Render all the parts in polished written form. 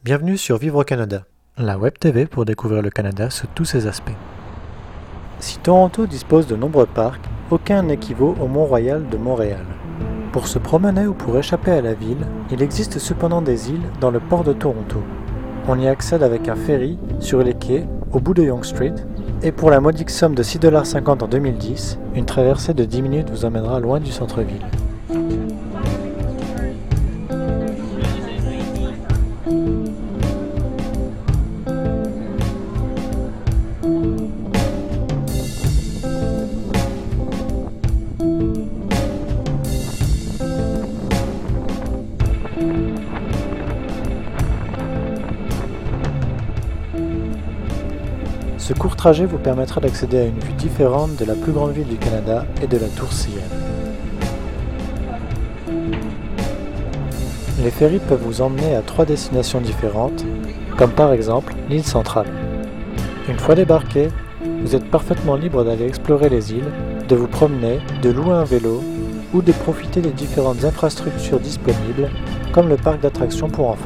Bienvenue sur Vivre au Canada, la Web TV pour découvrir le Canada sous tous ses aspects. Si Toronto dispose de nombreux parcs, aucun n'équivaut au Mont-Royal de Montréal. Pour se promener ou pour échapper à la ville, il existe cependant des îles dans le port de Toronto. On y accède avec un ferry sur les quais au bout de Yonge Street, et pour la modique somme de 6,50 $ en 2010, une traversée de 10 minutes vous emmènera loin du centre-ville. Ce court trajet vous permettra d'accéder à une vue différente de la plus grande ville du Canada et de la tour CN. Les ferries peuvent vous emmener à 3 destinations différentes, comme par exemple l'île centrale. Une fois débarqué, vous êtes parfaitement libre d'aller explorer les îles, de vous promener, de louer un vélo ou de profiter des différentes infrastructures disponibles, comme le parc d'attractions pour enfants.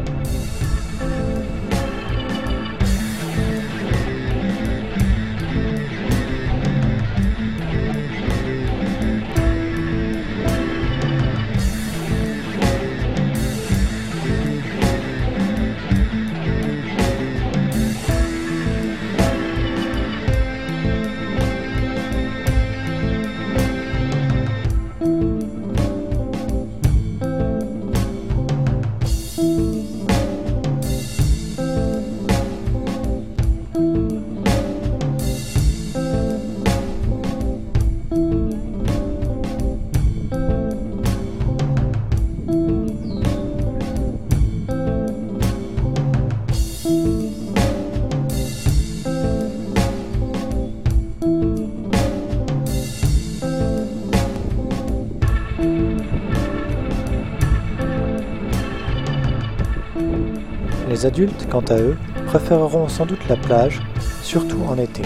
Les adultes, quant à eux, préféreront sans doute la plage, surtout en été.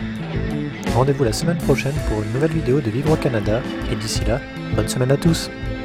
Rendez-vous la semaine prochaine pour une nouvelle vidéo de Vivre au Canada, et d'ici là, bonne semaine à tous!